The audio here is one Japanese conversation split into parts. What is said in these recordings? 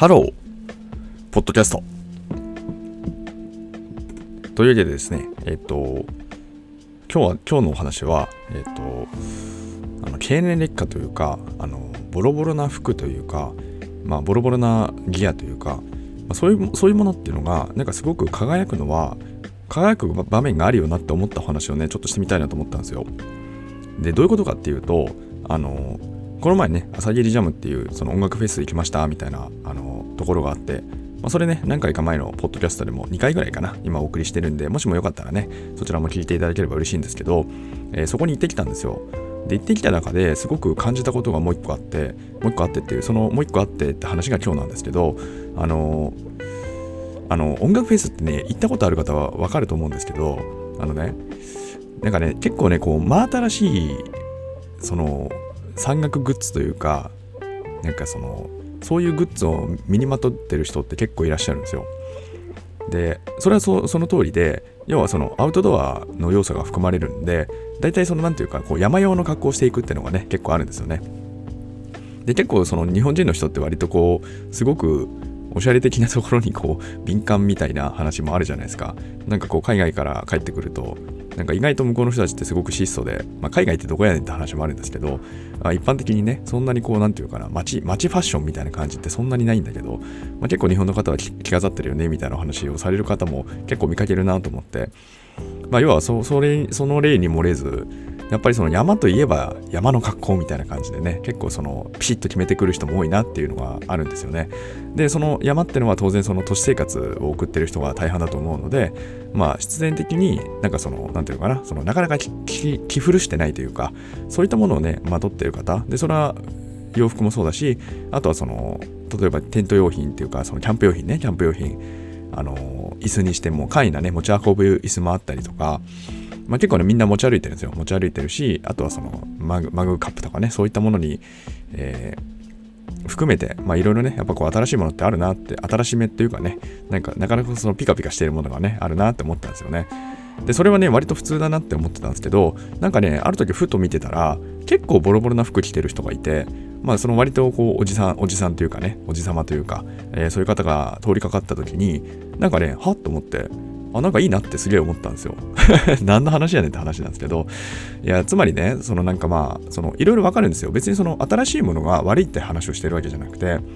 ハローポッドキャストというわけでですね、今日のお話は経年劣化というかボロボロな服というか、ボロボロなギアというか、そういうものっていうのがなんかすごく輝く場面があるよなって思ったお話をねちょっとしてみたいなと思ったんですよ。でどういうことかっていうとこの前ね朝霧ジャムっていうその音楽フェス行きましたみたいなところがあって、それね何回か前のポッドキャストでも2回ぐらいかな今お送りしてるんで、もしもよかったらねそちらも聞いていただければ嬉しいんですけど、そこに行ってきたんですよ。で行ってきた中ですごく感じたことがもう一個あってっていうそのもう一個あってって話が今日なんですけど、音楽フェスってね行ったことある方は分かると思うんですけど、なんかね結構ねこう真新しいその山岳グッズというかなんかそういうグッズを身にまとってる人って結構いらっしゃるんですよ。でそれはその通りで、要はそのアウトドアの要素が含まれるんで、大体なんていうかこう山用の格好をしていくっていうのがね結構あるんですよね。で結構その日本人の人って割とこうすごくおしゃれ的なところにこう敏感みたいな話もあるじゃないですか。なんかこう海外から帰ってくるとなんか意外と向こうの人たちってすごく質素で、海外ってどこやねんって話もあるんですけど、一般的にねそんなにこうなんていうかな街ファッションみたいな感じってそんなにないんだけど、結構日本の方は着飾ってるよねみたいな話をされる方も結構見かけるなと思って、要はその例に漏れずやっぱりその山といえば山の格好みたいな感じでね結構ピシッと決めてくる人も多いなっていうのがあるんですよね。でその山ってのは当然その都市生活を送ってる人が大半だと思うので、必然的になんかなんていうのかななかなか着古してないというかそういったものをねまとってる方で、それは洋服もそうだし、あとは例えばテント用品っていうかキャンプ用品椅子にしても簡易なね持ち運ぶ椅子もあったりとか、結構ねみんな持ち歩いてるんですよ。持ち歩いてるし、あとはマグカップとかねそういったものに、含めていろいろねやっぱこう新しいものってあるなって、新しめっていうかねなかなかピカピカしてるものがねあるなって思ったんですよね。でそれはね割と普通だなって思ってたんですけど、なんかねある時ふと見てたら結構ボロボロな服着てる人がいて、割とこうおじさんというかねおじさまというか、そういう方が通りかかった時になんかねはっと思って、なんかいいなってすげえ思ったんですよ。何の話やねんって話なんですけど、いやつまりねなんかいろいろわかるんですよ。別に新しいものが悪いって話をしてるわけじゃなくて、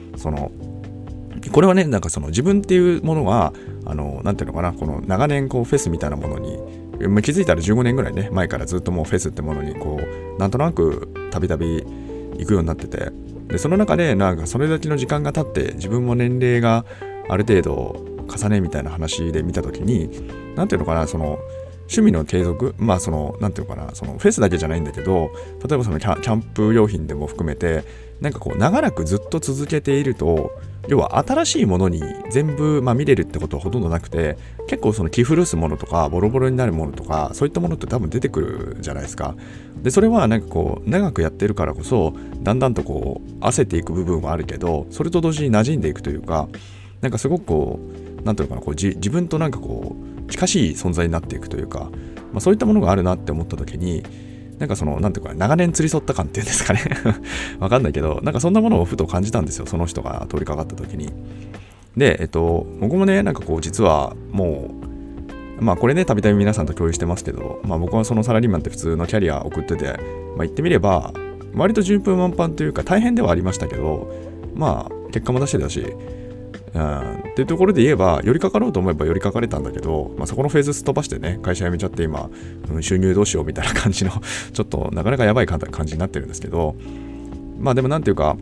これはねなんか自分っていうものはなんていうのかな、この長年こうフェスみたいなものに気づいたら15年ぐらいね前からずっともうフェスってものにこうなんとなくたびたび行くようになってて、でその中でなんかそれだけの時間が経って自分も年齢がある程度重ねみたいな話で見たときに、なんていうのかな趣味の継続なんていうのかなフェスだけじゃないんだけど、例えばキャンプ用品でも含めてなんかこう長らくずっと続けていると、要は新しいものに全部見れるってことはほとんどなくて、結構着古すものとかボロボロになるものとかそういったものって多分出てくるじゃないですか。でそれはなんかこう長くやってるからこそだんだんとこう焦っていく部分はあるけど、それと同時に馴染んでいくというか、なんかすごくこうなんていうのかなこう自分となんかこう近しい存在になっていくというか、そういったものがあるなって思った時に、なんかなんていうか長年釣り添った感っていうんですかねわかんないけど、なんかそんなものをふと感じたんですよ、その人が通りかかった時に。で僕もねなんかこう実はもうこれねたびたび皆さんと共有してますけど、僕はサラリーマンって普通のキャリア送ってて、言ってみれば割と順風満帆というか大変ではありましたけど、結果も出してたしっていうところで言えば寄りかかろうと思えば寄りかかれたんだけど、そこのフェーズすっ飛ばしてね会社辞めちゃって今、収入どうしようみたいな感じのちょっとなかなかやばい感じになってるんですけど、でもなんていうか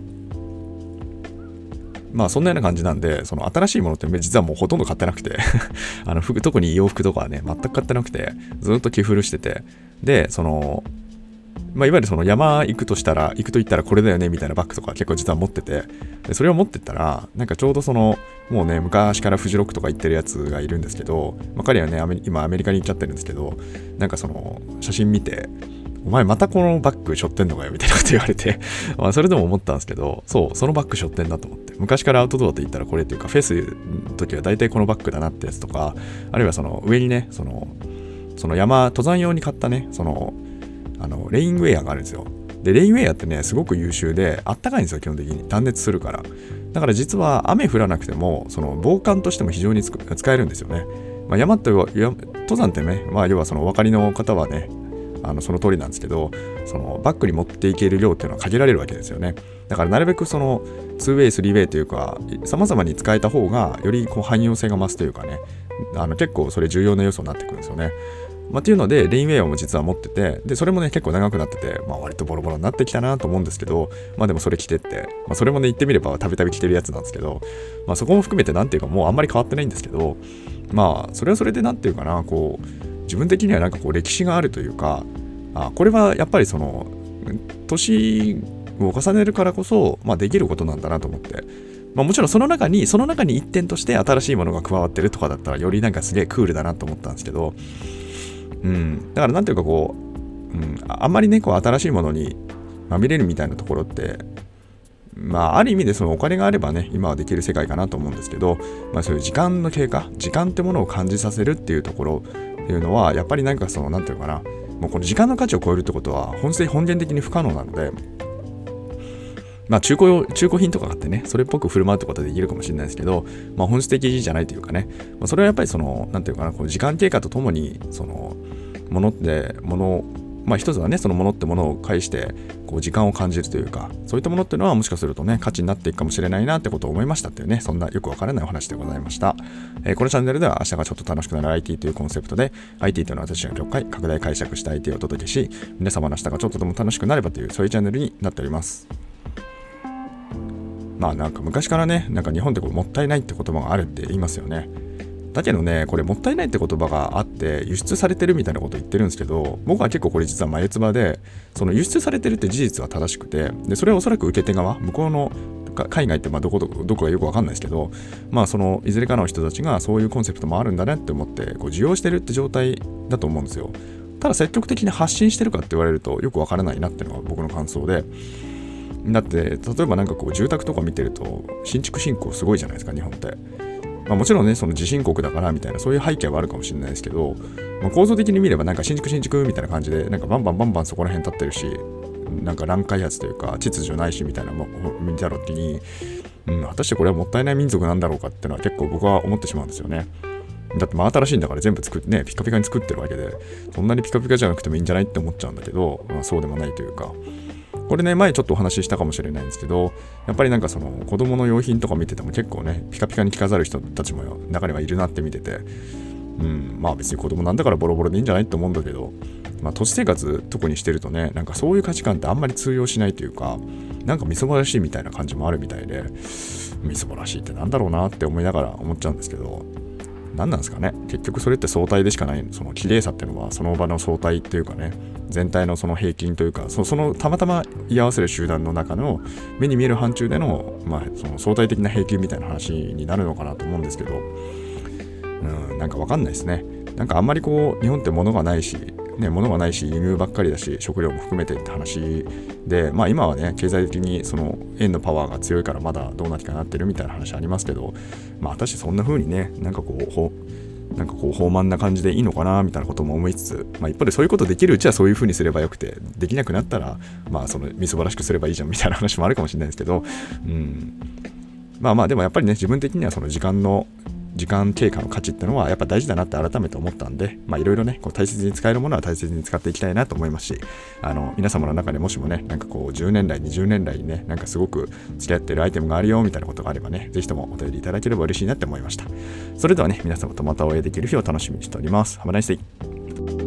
そんなような感じなんで、新しいものって実はもうほとんど買ってなくて服、特に洋服とかはね全く買ってなくてずっと着古してて、でいわゆる山行くと言ったらこれだよねみたいなバッグとか結構実は持ってて、でそれを持ってったらなんかちょうどもうね昔からフジロックとか行ってるやつがいるんですけど、彼はね今アメリカに行っちゃってるんですけど、なんか写真見てお前またこのバッグ背負ってんのかよみたいなこと言われてそれでも思ったんですけど、そのバッグ背負ってんだと思って、昔からアウトドアと言ったらこれっていうかフェスの時は大体このバッグだなってやつとか、あるいは上にね登山用に買ったねレインウェアがあるんですよ。でレインウェアってねすごく優秀であったかいんですよ。基本的に断熱するからだから実は雨降らなくてもその防寒としても非常に使えるんですよね。山って登山ってね、要はそのお分かりの方はねその通りなんですけど、そのバッグに持っていける量っていうのは限られるわけですよね。だからなるべくその 2way 3way というか様々に使えた方がより汎用性が増すというかね、結構それ重要な要素になってくるんですよね。っていうのでレインウェアも実は持ってて、でそれもね結構長くなってて、割とボロボロになってきたなと思うんですけど、でもそれ着てって、それもね言ってみればたびたび着てるやつなんですけど、そこも含めてなんていうかもうあんまり変わってないんですけど、それはそれでなんていうかな、こう自分的にはなんかこう歴史があるというか、これはやっぱりその年を重ねるからこそ、できることなんだなと思って、もちろんその中に一点として新しいものが加わってるとかだったらよりなんかすげえクールだなと思ったんですけど、だからなんていうかこう、あんまりねこう新しいものにまみれるみたいなところって、ある意味でそのお金があればね今はできる世界かなと思うんですけど、そういう時間の経過、時間ってものを感じさせるっていうところっていうのはやっぱりなんかそのなんていうのかな、もうこの時間の価値を超えるってことは本源的に不可能なので、中古品とか買ってねそれっぽく振る舞うってことはできるかもしれないですけど、本質的じゃないというかね、それはやっぱりそのなんていうかな、こう時間経過とともにその一つはねそのものってものを介してこう時間を感じるというか、そういったものっていうのはもしかするとね価値になっていくかもしれないなってことを思いましたっていうね、そんなよくわからないお話でございました。このチャンネルでは明日がちょっと楽しくなる IT というコンセプトで IT というのは私が拡大解釈した IT をお届けし、皆様の明日がちょっとでも楽しくなればというそういうチャンネルになっております。なんか昔からね、なんか日本ってこうもったいないって言葉があるって言いますよね。だけどね、これもったいないって言葉があって輸出されてるみたいなこと言ってるんですけど、僕は結構これ実は眉唾で、その輸出されてるって事実は正しくて、でそれはおそらく受け手側、向こうの海外ってどこかよくわかんないですけど、そのいずれかの人たちがそういうコンセプトもあるんだねって思ってこう需要してるって状態だと思うんですよ。ただ積極的に発信してるかって言われるとよくわからないなっていうのが僕の感想で、だって例えばなんかこう住宅とか見てると新築進行すごいじゃないですか日本って。もちろんねその地震国だからみたいなそういう背景はあるかもしれないですけど、構造的に見ればなんか新築みたいな感じでなんかバンバンそこら辺立ってるし、なんか乱開発というか秩序ないしみたいなのを見た時に、果たしてこれはもったいない民族なんだろうかっていうのは結構僕は思ってしまうんですよね。だって新しいんだから全部作ってねピカピカに作ってるわけで、そんなにピカピカじゃなくてもいいんじゃないって思っちゃうんだけど、そうでもないというか、これね前ちょっとお話ししたかもしれないんですけど、やっぱりなんかその子供の用品とか見てても結構ねピカピカに着飾る人たちも中にはいるなって見てて、別に子供なんだからボロボロでいいんじゃないって思うんだけど、都市生活特にしてるとね、なんかそういう価値観ってあんまり通用しないというか、なんかみそぼらしいみたいな感じもあるみたいで、みそぼらしいってなんだろうなって思いながら思っちゃうんですけど、何なんですかね。結局それって相対でしかない、その綺麗さっていうのはその場の相対というかね、全体のその平均というか、そのたまたま居合わせる集団の中の目に見える範疇での、その相対的な平均みたいな話になるのかなと思うんですけど、なんかわかんないですね。なんかあんまりこう日本って物がないし輸入ばっかりだし食料も含めてって話で、今はね経済的にその円のパワーが強いからまだどうなってかなってるみたいな話ありますけど、私そんな風にねなんかこう放慢な感じでいいのかなみたいなことも思いつつ、一方でそういうことできるうちはそういう風にすればよくて、できなくなったらそのみそばらしくすればいいじゃんみたいな話もあるかもしれないですけど、でもやっぱりね自分的にはその時間経過の価値ってのはやっぱ大事だなって改めて思ったんで、いろいろねこう大切に使えるものは大切に使っていきたいなと思いますし、皆様の中でもしもねなんかこう10年来20年来にねなんかすごく付き合ってるアイテムがあるよみたいなことがあればね、ぜひともお便りいただければ嬉しいなって思いました。それではね皆様とまたお会いできる日を楽しみにしております。Have a nice day.